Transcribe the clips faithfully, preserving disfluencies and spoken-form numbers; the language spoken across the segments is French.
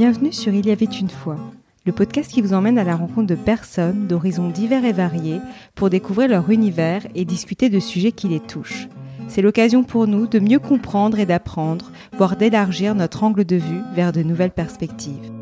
Bienvenue sur Il y avait une fois, le podcast qui vous emmène à la rencontre de personnes d'horizons divers et variés pour découvrir leur univers et discuter de sujets qui les touchent. C'est l'occasion pour nous de mieux comprendre et d'apprendre, voire d'élargir notre angle de vue vers de nouvelles perspectives.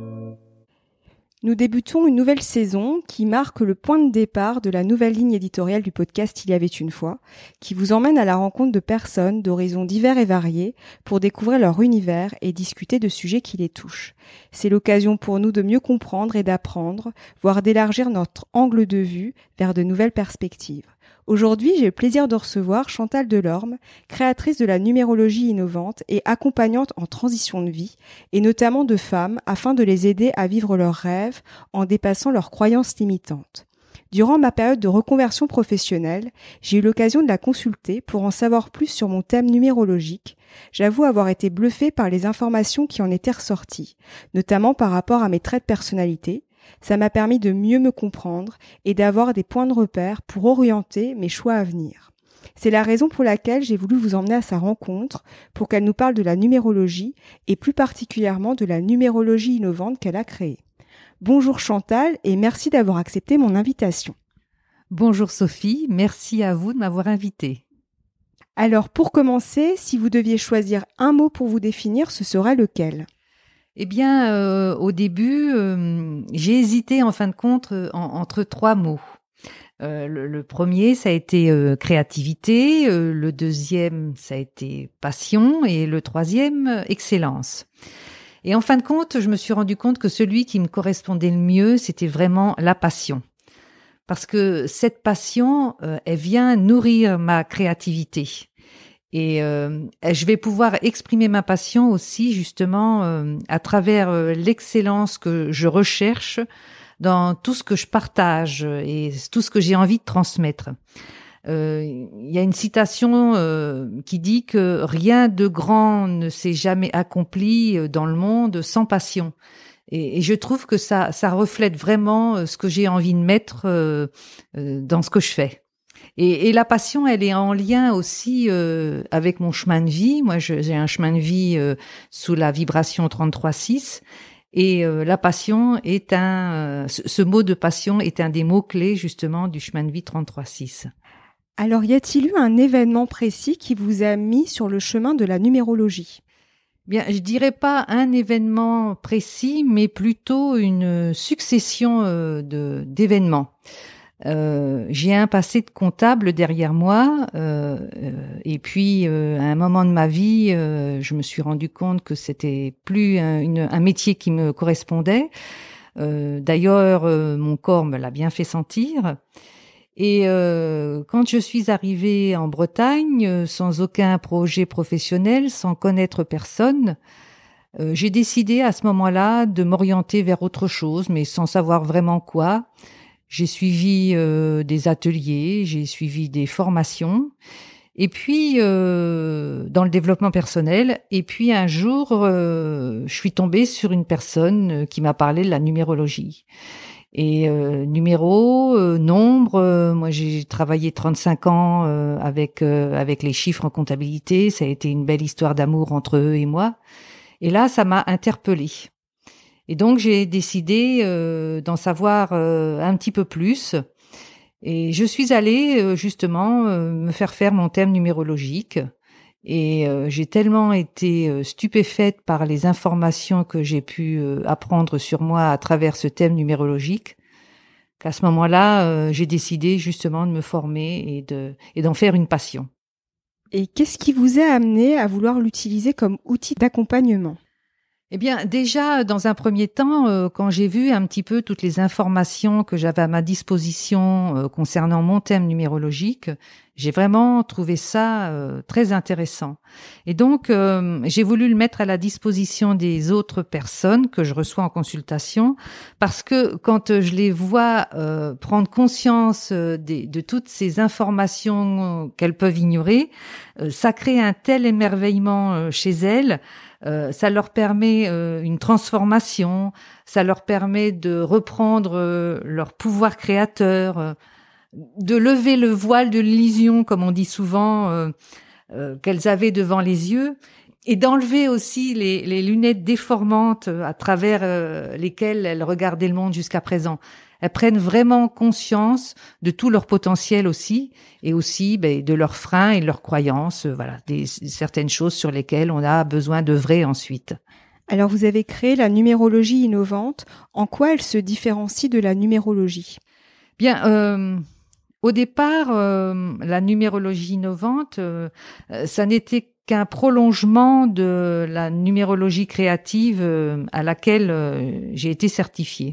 Nous débutons une nouvelle saison qui marque le point de départ de la nouvelle ligne éditoriale du podcast Il y avait une fois, qui vous emmène à la rencontre de personnes d'horizons divers et variés pour découvrir leur univers et discuter de sujets qui les touchent. C'est l'occasion pour nous de mieux comprendre et d'apprendre, voire d'élargir notre angle de vue vers de nouvelles perspectives. Aujourd'hui, j'ai le plaisir de recevoir Chantal Delorme, créatrice de la numérologie innovante et accompagnante en transition de vie, et notamment de femmes, afin de les aider à vivre leurs rêves en dépassant leurs croyances limitantes. Durant ma période de reconversion professionnelle, j'ai eu l'occasion de la consulter pour en savoir plus sur mon thème numérologique. J'avoue avoir été bluffée par les informations qui en étaient ressorties, notamment par rapport à mes traits de personnalité. Ça m'a permis de mieux me comprendre et d'avoir des points de repère pour orienter mes choix à venir. C'est la raison pour laquelle j'ai voulu vous emmener à sa rencontre pour qu'elle nous parle de la numérologie et plus particulièrement de la numérologie innovante qu'elle a créée. Bonjour Chantal et merci d'avoir accepté mon invitation. Bonjour Sophie, merci à vous de m'avoir invitée. Alors pour commencer, si vous deviez choisir un mot pour vous définir, ce serait lequel ? Eh bien, euh, au début, euh, j'ai hésité en fin de compte euh, en, entre trois mots. Euh, le, le premier, ça a été euh, créativité, euh, le deuxième, ça a été passion et le troisième, euh, excellence. Et en fin de compte, je me suis rendu compte que celui qui me correspondait le mieux, c'était vraiment la passion. Parce que cette passion, euh, elle vient nourrir ma créativité. Et euh, je vais pouvoir exprimer ma passion aussi justement euh, à travers euh, l'excellence que je recherche dans tout ce que je partage et tout ce que j'ai envie de transmettre. Euh, il y a une citation euh, qui dit que rien de grand ne s'est jamais accompli dans le monde sans passion. Et, et je trouve que ça, ça reflète vraiment ce que j'ai envie de mettre euh, euh, dans ce que je fais. Et, et la passion, elle est en lien aussi euh, avec mon chemin de vie. Moi, je, j'ai un chemin de vie euh, sous la vibration trente-trois six. Et euh, la passion est un... Euh, ce, ce mot de passion est un des mots-clés, justement, du chemin de vie trente-trois six. Alors, y a-t-il eu un événement précis qui vous a mis sur le chemin de la numérologie ? Bien, je dirais pas un événement précis, mais plutôt une succession euh, de, d'événements. Euh, j'ai un passé de comptable derrière moi euh, euh, et puis euh, à un moment de ma vie, euh, je me suis rendu compte que c'était plus un, une, un métier qui me correspondait. Euh, d'ailleurs, euh, mon corps me l'a bien fait sentir. Et euh, quand je suis arrivée en Bretagne, euh, sans aucun projet professionnel, sans connaître personne, euh, j'ai décidé à ce moment-là de m'orienter vers autre chose, mais sans savoir vraiment quoi. J'ai suivi euh, des ateliers, j'ai suivi des formations, et puis euh, dans le développement personnel. Et puis un jour, euh, je suis tombée sur une personne qui m'a parlé de la numérologie. Et euh, numéro, euh, nombre, euh, moi j'ai travaillé trente-cinq ans euh, avec euh, avec les chiffres en comptabilité. Ça a été une belle histoire d'amour entre eux et moi. Et là, ça m'a interpellée. Et donc, j'ai décidé euh, d'en savoir euh, un petit peu plus. Et je suis allée euh, justement euh, me faire faire mon thème numérologique. Et euh, j'ai tellement été euh, stupéfaite par les informations que j'ai pu euh, apprendre sur moi à travers ce thème numérologique qu'à ce moment-là, euh, j'ai décidé justement de me former et de et d'en faire une passion. Et qu'est-ce qui vous a amené à vouloir l'utiliser comme outil d'accompagnement ? Eh bien, déjà, dans un premier temps, euh, quand j'ai vu un petit peu toutes les informations que j'avais à ma disposition euh, concernant mon thème numérologique, j'ai vraiment trouvé ça euh, très intéressant. Et donc, euh, j'ai voulu le mettre à la disposition des autres personnes que je reçois en consultation, parce que quand je les vois euh, prendre conscience euh, des, de toutes ces informations euh, qu'elles peuvent ignorer, euh, ça crée un tel émerveillement euh, chez elles. Euh, ça leur permet euh, une transformation, ça leur permet de reprendre euh, leur pouvoir créateur, euh, de lever le voile de l'illusion, comme on dit souvent, euh, euh, qu'elles avaient devant les yeux. et d'enlever aussi les, les lunettes déformantes à travers euh, lesquelles elles regardaient le monde jusqu'à présent. Elles prennent vraiment conscience de tout leur potentiel aussi, et aussi ben, de leurs freins et de leurs croyances, euh, voilà, des certaines choses sur lesquelles on a besoin d'œuvrer ensuite. Alors vous avez créé la numérologie innovante. En quoi elle se différencie de la numérologie ? Bien, euh, au départ, euh, la numérologie innovante, euh, ça n'était qu'un prolongement de la numérologie créative euh, à laquelle euh, j'ai été certifiée.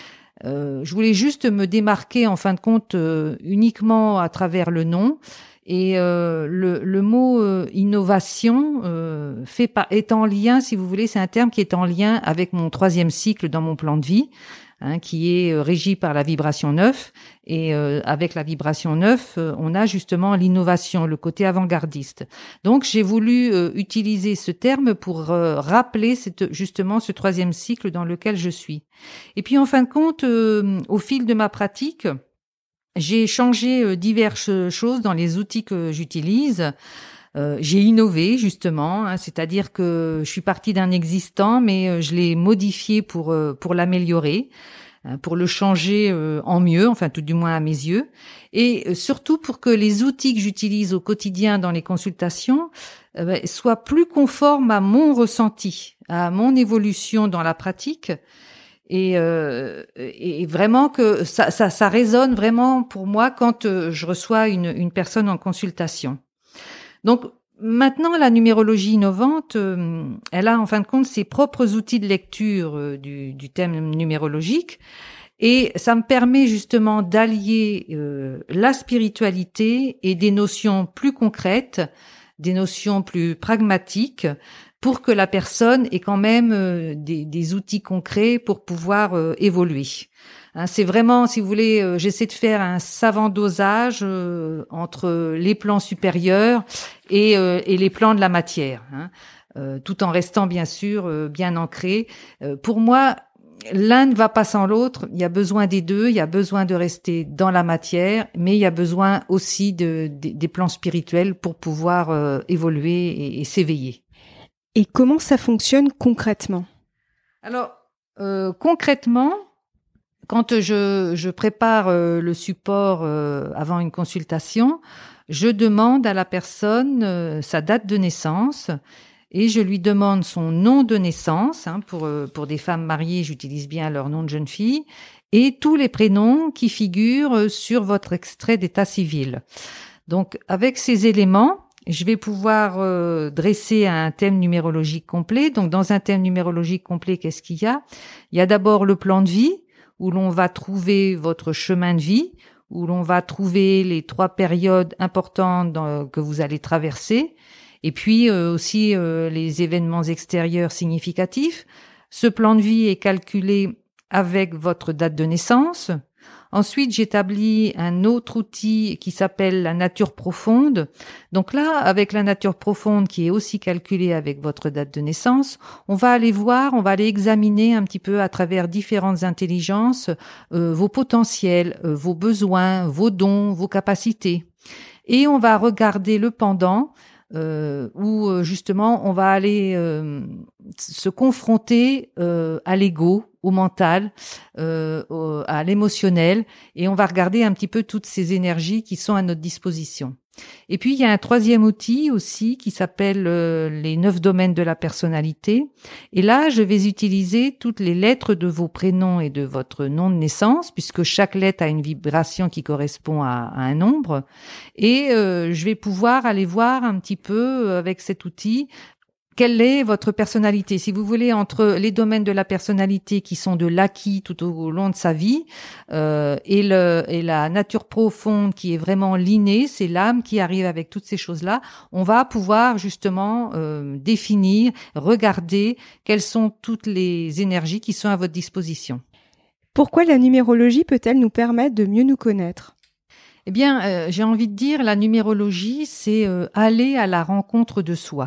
Euh, je voulais juste me démarquer, en fin de compte, euh, uniquement à travers le nom. Et euh, le, le mot euh, innovation euh, fait pas, est en lien, si vous voulez, c'est un terme qui est en lien avec mon troisième cycle dans mon plan de vie, hein, qui est euh, régi par la vibration neuf. Et euh, avec la vibration neuf, euh, on a justement l'innovation, le côté avant-gardiste. Donc j'ai voulu euh, utiliser ce terme pour euh, rappeler cette, justement ce troisième cycle dans lequel je suis. Et puis en fin de compte, euh, au fil de ma pratique, j'ai changé euh, diverses choses dans les outils que j'utilise. Euh, j'ai innové justement, hein, c'est-à-dire que je suis partie d'un existant, mais euh, je l'ai modifié pour euh, pour l'améliorer, hein, pour le changer euh, en mieux, enfin tout du moins à mes yeux, et euh, surtout pour que les outils que j'utilise au quotidien dans les consultations euh, ben, soient plus conformes à mon ressenti, à mon évolution dans la pratique. Et, euh, et vraiment que ça, ça, ça résonne vraiment pour moi quand euh, je reçois une, une personne en consultation. Donc maintenant, la numérologie innovante, euh, elle a en fin de compte ses propres outils de lecture euh, du, du thème numérologique, et ça me permet justement d'allier euh, la spiritualité et des notions plus concrètes, des notions plus pragmatiques, pour que la personne ait quand même euh, des, des outils concrets pour pouvoir euh, évoluer. Hein, c'est vraiment, si vous voulez, euh, j'essaie de faire un savant dosage euh, entre les plans supérieurs et, euh, et les plans de la matière, hein, euh, tout en restant bien sûr euh, bien ancré. Euh, pour moi, l'un ne va pas sans l'autre. Il y a besoin des deux. Il y a besoin de rester dans la matière, mais il y a besoin aussi de, de des plans spirituels pour pouvoir euh, évoluer et, et s'éveiller. Et comment ça fonctionne concrètement ? Alors, euh, concrètement, quand je, je prépare euh, le support euh, avant une consultation, je demande à la personne euh, sa date de naissance et je lui demande son nom de naissance. Hein, pour, euh, pour des femmes mariées, j'utilise bien leur nom de jeune fille, et tous les prénoms qui figurent sur votre extrait d'état civil. Donc, avec ces éléments, je vais pouvoir euh, dresser un thème numérologique complet. Donc, dans un thème numérologique complet, qu'est-ce qu'il y a ? Il y a d'abord le plan de vie, où l'on va trouver votre chemin de vie, où l'on va trouver les trois périodes importantes dans, que vous allez traverser, et puis euh, aussi euh, les événements extérieurs significatifs. Ce plan de vie est calculé avec votre date de naissance. Ensuite, j'établis un autre outil qui s'appelle la nature profonde. Donc là, avec la nature profonde qui est aussi calculée avec votre date de naissance, on va aller voir, on va aller examiner un petit peu à travers différentes intelligences euh, vos potentiels, euh, vos besoins, vos dons, vos capacités. Et on va regarder le pendant, Euh, où euh, justement on va aller euh, se confronter euh, à l'ego, au mental, euh, au, à l'émotionnel, et on va regarder un petit peu toutes ces énergies qui sont à notre disposition. Et puis il y a un troisième outil aussi qui s'appelle euh, les neuf domaines de la personnalité. Et là, je vais utiliser toutes les lettres de vos prénoms et de votre nom de naissance, puisque chaque lettre a une vibration qui correspond à, à un nombre. Et euh, je vais pouvoir aller voir un petit peu euh, avec cet outil quelle est votre personnalité. Si vous voulez, entre les domaines de la personnalité qui sont de l'acquis tout au long de sa vie euh, et, le, et la nature profonde qui est vraiment l'inné, c'est l'âme qui arrive avec toutes ces choses-là, on va pouvoir justement euh, définir, regarder quelles sont toutes les énergies qui sont à votre disposition. Pourquoi la numérologie peut-elle nous permettre de mieux nous connaître ? Eh bien, euh, j'ai envie de dire, la numérologie, c'est euh, aller à la rencontre de soi.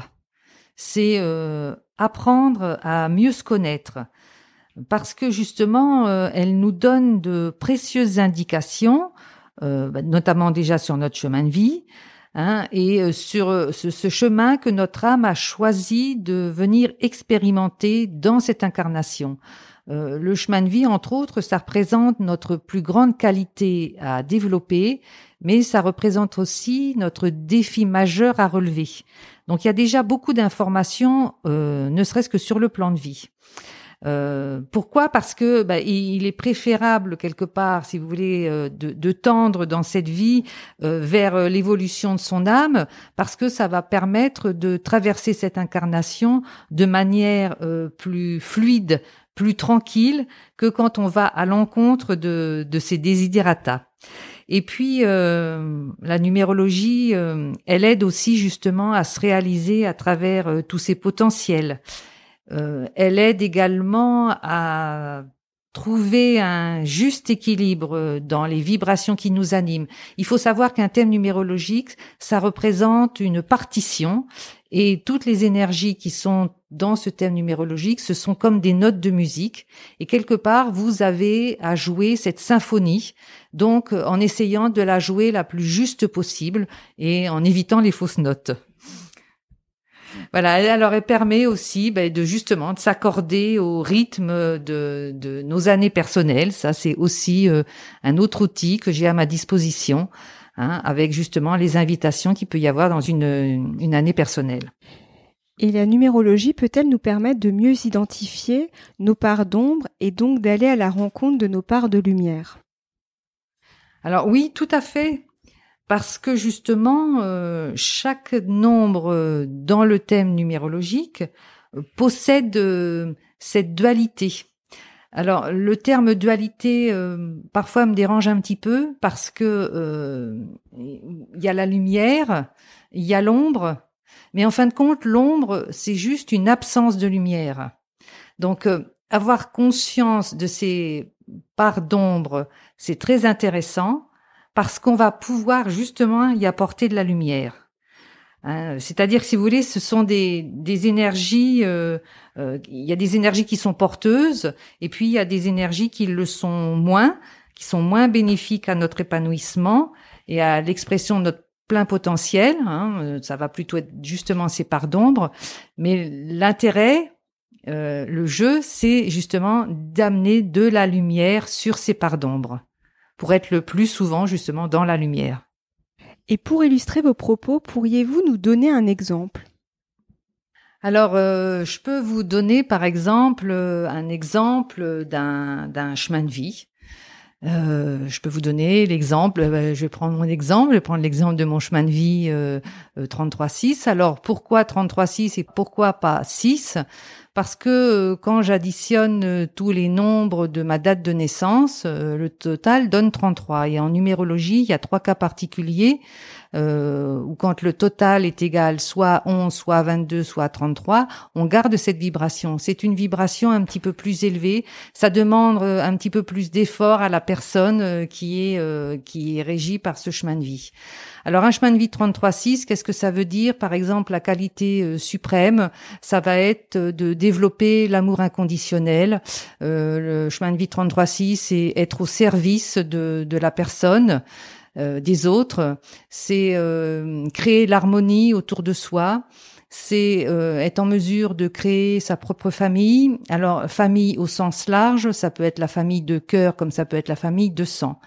C'est euh, apprendre à mieux se connaître, parce que justement, euh, elle nous donne de précieuses indications, euh, notamment déjà sur notre chemin de vie, Hein, et sur ce, ce chemin que notre âme a choisi de venir expérimenter dans cette incarnation. Euh, le chemin de vie, entre autres, ça représente notre plus grande qualité à développer, mais ça représente aussi notre défi majeur à relever. Donc il y a déjà beaucoup d'informations, euh, ne serait-ce que sur le plan de vie. Euh, pourquoi ? Parce que bah, il est préférable quelque part, si vous voulez, euh, de, de tendre dans cette vie euh, vers l'évolution de son âme, parce que ça va permettre de traverser cette incarnation de manière euh, plus fluide, plus tranquille que quand on va à l'encontre de, de ses desiderata. Et puis euh, la numérologie, euh, elle aide aussi justement à se réaliser à travers euh, tous ses potentiels. Euh, elle aide également à trouver un juste équilibre dans les vibrations qui nous animent. Il faut savoir qu'un thème numérologique, ça représente une partition et toutes les énergies qui sont dans ce thème numérologique, ce sont comme des notes de musique et quelque part, vous avez à jouer cette symphonie, donc en essayant de la jouer la plus juste possible et en évitant les fausses notes. Voilà, alors elle permet aussi ben, de justement de s'accorder au rythme de, de nos années personnelles. Ça, c'est aussi euh, un autre outil que j'ai à ma disposition, hein, avec justement les invitations qu'il peut y avoir dans une, une année personnelle. Et la numérologie peut-elle nous permettre de mieux identifier nos parts d'ombre et donc d'aller à la rencontre de nos parts de lumière ? Alors oui, tout à fait. Parce que justement, euh, chaque nombre dans le thème numérologique euh, possède euh, cette dualité. Alors, le terme dualité, euh, parfois me dérange un petit peu parce que euh, il y a la lumière, il y a l'ombre, mais en fin de compte, l'ombre, c'est juste une absence de lumière. Donc, euh, avoir conscience de ces parts d'ombre, c'est très intéressant. Parce qu'on va pouvoir justement y apporter de la lumière. Hein, c'est-à-dire que si vous voulez, ce sont des, des énergies, euh, euh, il y a des énergies qui sont porteuses et puis il y a des énergies qui le sont moins, qui sont moins bénéfiques à notre épanouissement et à l'expression de notre plein potentiel. Hein, ça va plutôt être justement ces parts d'ombre. Mais l'intérêt, euh, le jeu, c'est justement d'amener de la lumière sur ces parts d'ombre, pour être le plus souvent justement dans la lumière. Et pour illustrer vos propos, pourriez-vous nous donner un exemple ? Alors, euh, je peux vous donner par exemple un exemple d'un, d'un chemin de vie. Euh, je peux vous donner l'exemple, euh, je vais prendre mon exemple, je vais prendre l'exemple de mon chemin de vie euh, euh, trente-trois six. Alors, pourquoi trente-trois six et pourquoi pas six ? Parce que euh, quand j'additionne euh, tous les nombres de ma date de naissance, euh, le total donne trente-trois. Et en numérologie, il y a trois cas particuliers euh, où quand le total est égal soit onze, soit vingt-deux, soit trente-trois, on garde cette vibration. C'est une vibration un petit peu plus élevée. Ça demande euh, un petit peu plus d'effort à la personne euh, qui est euh, qui est régie par ce chemin de vie. Alors un chemin de vie trente-trois six, qu'est-ce que ça veut dire ? Par exemple, la qualité euh, suprême, ça va être de développer l'amour inconditionnel. Euh, le chemin de vie trente-trois six, c'est être au service de, de la personne, euh, des autres. C'est euh, créer l'harmonie autour de soi. C'est euh, être en mesure de créer sa propre famille. Alors, famille au sens large, ça peut être la famille de cœur comme ça peut être la famille de sang.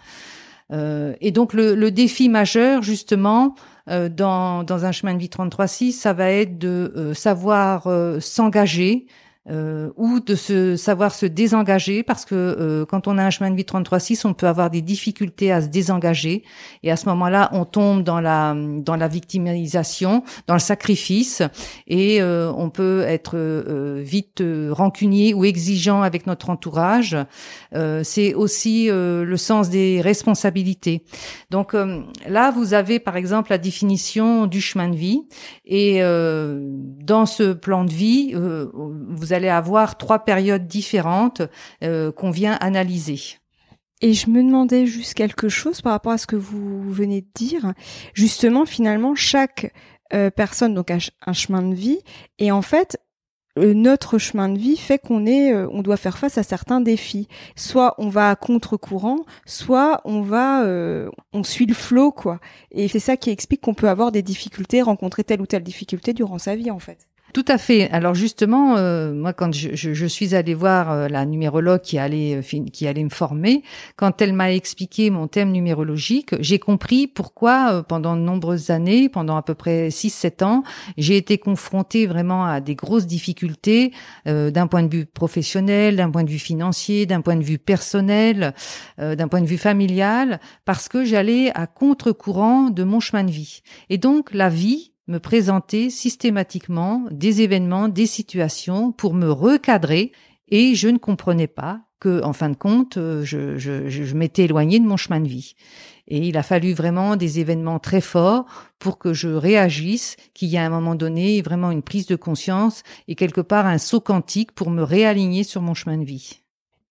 Euh, et donc le, le défi majeur justement euh, dans, dans un chemin de vie trente-trois six, ça va être de euh, savoir euh, s'engager euh, ou de se savoir se désengager parce que euh, quand on a un chemin de vie trente-trois six, on peut avoir des difficultés à se désengager et à ce moment-là, on tombe dans la dans la victimisation, dans le sacrifice et euh, on peut être euh, vite euh, rancunier ou exigeant avec notre entourage. Euh, c'est aussi euh, le sens des responsabilités. Donc euh, là, vous avez par exemple la définition du chemin de vie et euh, dans ce plan de vie, euh, vous allez avoir trois périodes différentes euh, qu'on vient analyser. Et je me demandais juste quelque chose par rapport à ce que vous venez de dire. Justement, finalement, chaque euh, personne donc a un chemin de vie et en fait, notre chemin de vie fait qu'on est, on doit faire face à certains défis. Soit on va à contre-courant, soit on va, euh, on suit le flot, quoi. Et c'est ça qui explique qu'on peut avoir des difficultés, rencontrer telle ou telle difficulté durant sa vie, en fait. Tout à fait. Alors justement, euh, moi, quand je, je, je suis allée voir euh, la numérologue qui allait euh, qui allait me former, quand elle m'a expliqué mon thème numérologique, j'ai compris pourquoi euh, pendant de nombreuses années, pendant à peu près six sept ans, j'ai été confrontée vraiment à des grosses difficultés euh, d'un point de vue professionnel, d'un point de vue financier, d'un point de vue personnel, euh, d'un point de vue familial, parce que j'allais à contre-courant de mon chemin de vie. Et donc la vie me présenter systématiquement des événements, des situations pour me recadrer, et je ne comprenais pas que, en fin de compte, je, je, je m'étais éloignée de mon chemin de vie. Et il a fallu vraiment des événements très forts pour que je réagisse, qu'il y ait à un moment donné vraiment une prise de conscience et quelque part un saut quantique pour me réaligner sur mon chemin de vie.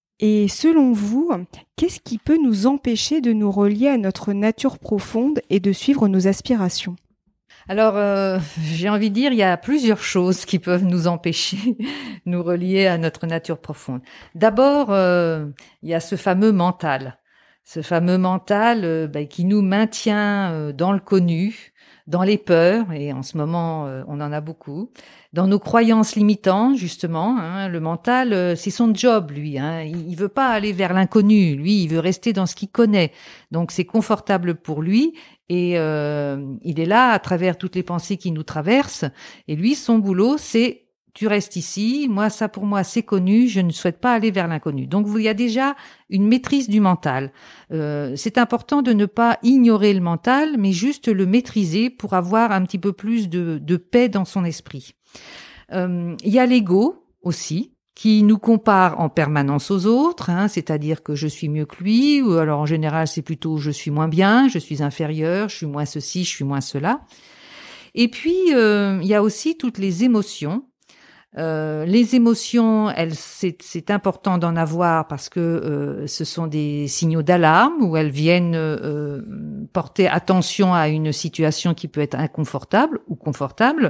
Et selon vous, qu'est-ce qui peut nous empêcher de nous relier à notre nature profonde et de suivre nos aspirations ? Alors, euh, j'ai envie de dire, il y a plusieurs choses qui peuvent nous empêcher de nous relier à notre nature profonde. D'abord, euh, il y a ce fameux mental, ce fameux mental euh, bah, qui nous maintient euh, dans le connu, dans les peurs, et en ce moment, euh, on en a beaucoup, dans nos croyances limitantes, justement. Hein, le mental, euh, c'est son job, lui. Hein, il, il veut pas aller vers l'inconnu. Lui, il veut rester dans ce qu'il connaît. Donc, c'est confortable pour lui. Et euh, il est là à travers toutes les pensées qui nous traversent. Et lui, son boulot, c'est tu restes ici. Moi, ça pour moi, c'est connu. Je ne souhaite pas aller vers l'inconnu. Donc, il y a déjà une maîtrise du mental. Euh, c'est important de ne pas ignorer le mental, mais juste le maîtriser pour avoir un petit peu plus de, de paix dans son esprit. Euh, il y a l'ego aussi, qui nous compare en permanence aux autres, hein, c'est-à-dire que je suis mieux que lui, ou alors en général c'est plutôt je suis moins bien, je suis inférieur, je suis moins ceci, je suis moins cela. Et puis euh, il y a aussi toutes les émotions. Euh, les émotions, elles, c'est, c'est important d'en avoir parce que euh, ce sont des signaux d'alarme où elles viennent euh, porter attention à une situation qui peut être inconfortable ou confortable.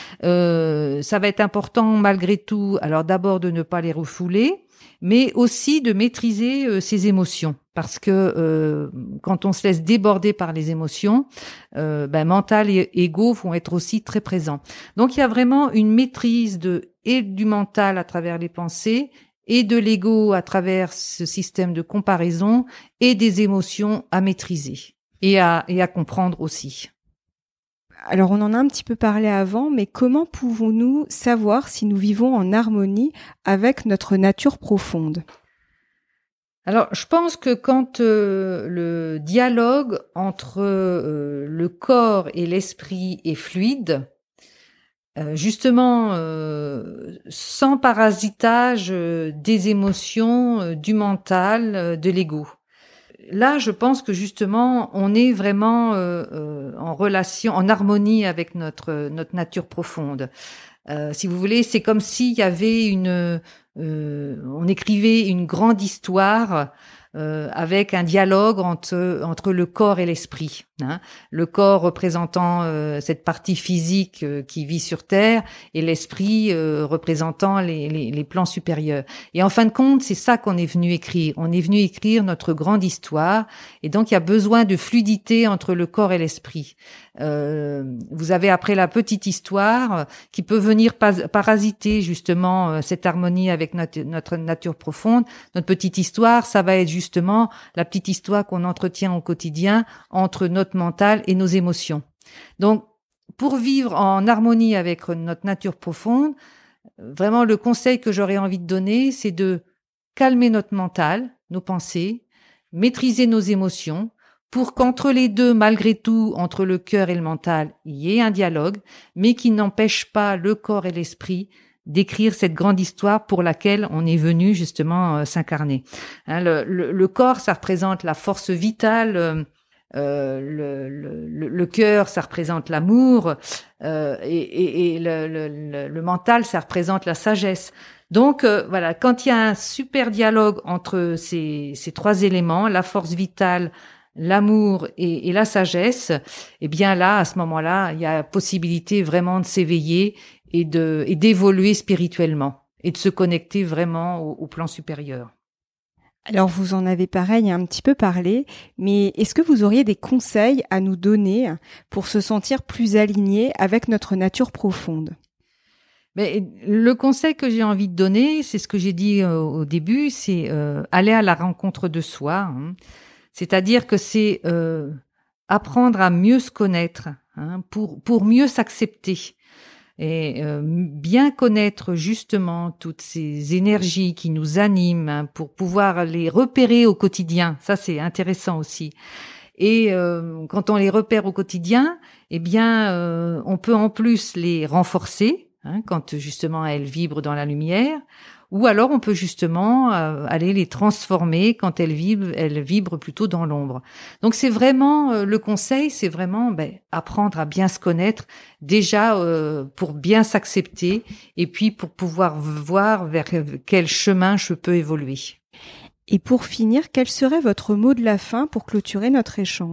Euh, ça va être important malgré tout, alors d'abord de ne pas les refouler, mais aussi de maîtriser euh, ses émotions. Parce que euh, quand on se laisse déborder par les émotions, euh, ben, mental et ego vont être aussi très présents. Donc il y a vraiment une maîtrise de et du mental à travers les pensées et de l'ego à travers ce système de comparaison et des émotions à maîtriser et à, et à comprendre aussi. Alors on en a un petit peu parlé avant, mais comment pouvons-nous savoir si nous vivons en harmonie avec notre nature profonde ? Alors, je pense que quand euh, le dialogue entre euh, le corps et l'esprit est fluide, euh, justement euh, sans parasitage euh, des émotions, euh, du mental, euh, de l'ego. Là, je pense que justement, on est vraiment euh, euh, en relation, en harmonie avec notre notre nature profonde. Euh, si vous voulez, c'est comme s'il y avait une, euh, on écrivait une grande histoire euh, avec un dialogue entre entre le corps et l'esprit. Hein. Le corps représentant euh, cette partie physique euh, qui vit sur Terre et l'esprit euh, représentant les, les les plans supérieurs. Et en fin de compte, c'est ça qu'on est venu écrire. On est venu écrire notre grande histoire. Et donc, il y a besoin de fluidité entre le corps et l'esprit. Euh, vous avez après la petite histoire qui peut venir pas, parasiter justement euh, cette harmonie avec notre, notre nature profonde. Notre petite histoire, ça va être justement la petite histoire qu'on entretient au quotidien entre notre mental et nos émotions. Donc, pour vivre en harmonie avec notre nature profonde, vraiment le conseil que j'aurais envie de donner, c'est de calmer notre mental, nos pensées, maîtriser nos émotions, pour qu'entre les deux, malgré tout, entre le cœur et le mental, il y ait un dialogue, mais qui n'empêche pas le corps et l'esprit d'écrire cette grande histoire pour laquelle on est venu justement euh, s'incarner. Hein, le, le, le corps, ça représente la force vitale, euh, euh, le, le, le cœur, ça représente l'amour, euh, et, et, et le, le, le mental, ça représente la sagesse. Donc euh, voilà, quand il y a un super dialogue entre ces, ces trois éléments, la force vitale, l'amour et, et la sagesse, eh bien là, à ce moment-là, il y a possibilité vraiment de s'éveiller et de et d'évoluer spirituellement et de se connecter vraiment au, au plan supérieur. Alors vous en avez pareil un petit peu parlé, mais est-ce que vous auriez des conseils à nous donner pour se sentir plus aligné avec notre nature profonde ? Mais le conseil que j'ai envie de donner, c'est ce que j'ai dit euh, au début, c'est euh, aller à la rencontre de soi. Hein. C'est-à-dire que c'est euh, apprendre à mieux se connaître, hein, pour pour mieux s'accepter et euh, bien connaître justement toutes ces énergies qui nous animent, hein, pour pouvoir les repérer au quotidien. Ça, c'est intéressant aussi. Et euh, quand on les repère au quotidien, eh bien, euh, on peut en plus les renforcer. Hein, quand justement elles vibrent dans la lumière, ou alors on peut justement euh, aller les transformer quand elles vibrent, elles vibrent plutôt dans l'ombre. Donc c'est vraiment euh, le conseil, c'est vraiment ben, apprendre à bien se connaître déjà euh, pour bien s'accepter et puis pour pouvoir voir vers quel chemin je peux évoluer. Et pour finir, quel serait votre mot de la fin pour clôturer notre échange ?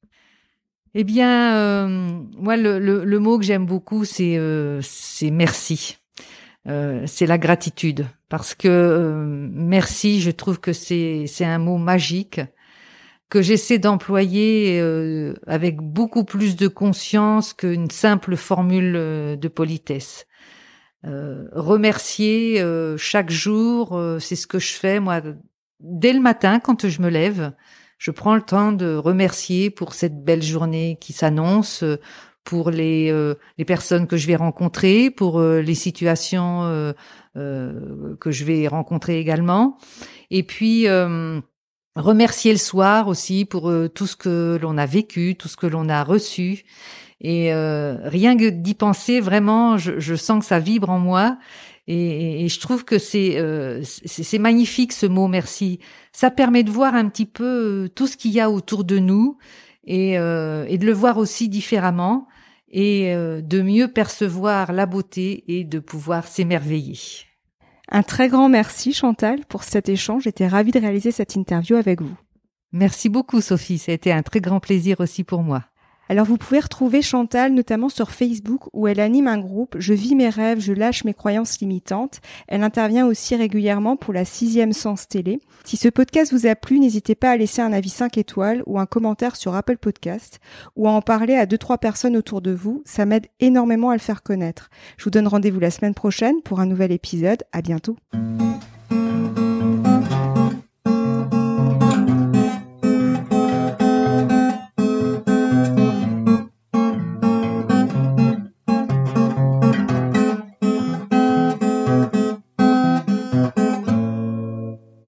Eh bien, euh, moi, le, le, le mot que j'aime beaucoup, c'est euh, c'est merci. Euh, c'est la gratitude, parce que euh, merci, je trouve que c'est c'est un mot magique que j'essaie d'employer euh, avec beaucoup plus de conscience qu'une simple formule de politesse. Euh, remercier euh, chaque jour, euh, c'est ce que je fais moi dès le matin quand je me lève. Je prends le temps de remercier pour cette belle journée qui s'annonce, pour les euh, les personnes que je vais rencontrer, pour euh, les situations euh, euh, que je vais rencontrer également. Et puis euh, remercier le soir aussi pour euh, tout ce que l'on a vécu, tout ce que l'on a reçu. Et euh, rien que d'y penser, vraiment, je, je sens que ça vibre en moi. Et, et je trouve que c'est, euh, c'est c'est magnifique ce mot merci. Ça permet de voir un petit peu tout ce qu'il y a autour de nous et, euh, et de le voir aussi différemment et euh, de mieux percevoir la beauté et de pouvoir s'émerveiller. Un très grand merci Chantal pour cet échange. J'étais ravie de réaliser cette interview avec vous. Merci beaucoup Sophie, ça a été un très grand plaisir aussi pour moi. Alors vous pouvez retrouver Chantal notamment sur Facebook où elle anime un groupe « Je vis mes rêves, je lâche mes croyances limitantes ». Elle intervient aussi régulièrement pour la sixième Sens Télé. Si ce podcast vous a plu, n'hésitez pas à laisser un avis cinq étoiles ou un commentaire sur Apple Podcast ou à en parler à deux trois personnes autour de vous. Ça m'aide énormément à le faire connaître. Je vous donne rendez-vous la semaine prochaine pour un nouvel épisode. À bientôt.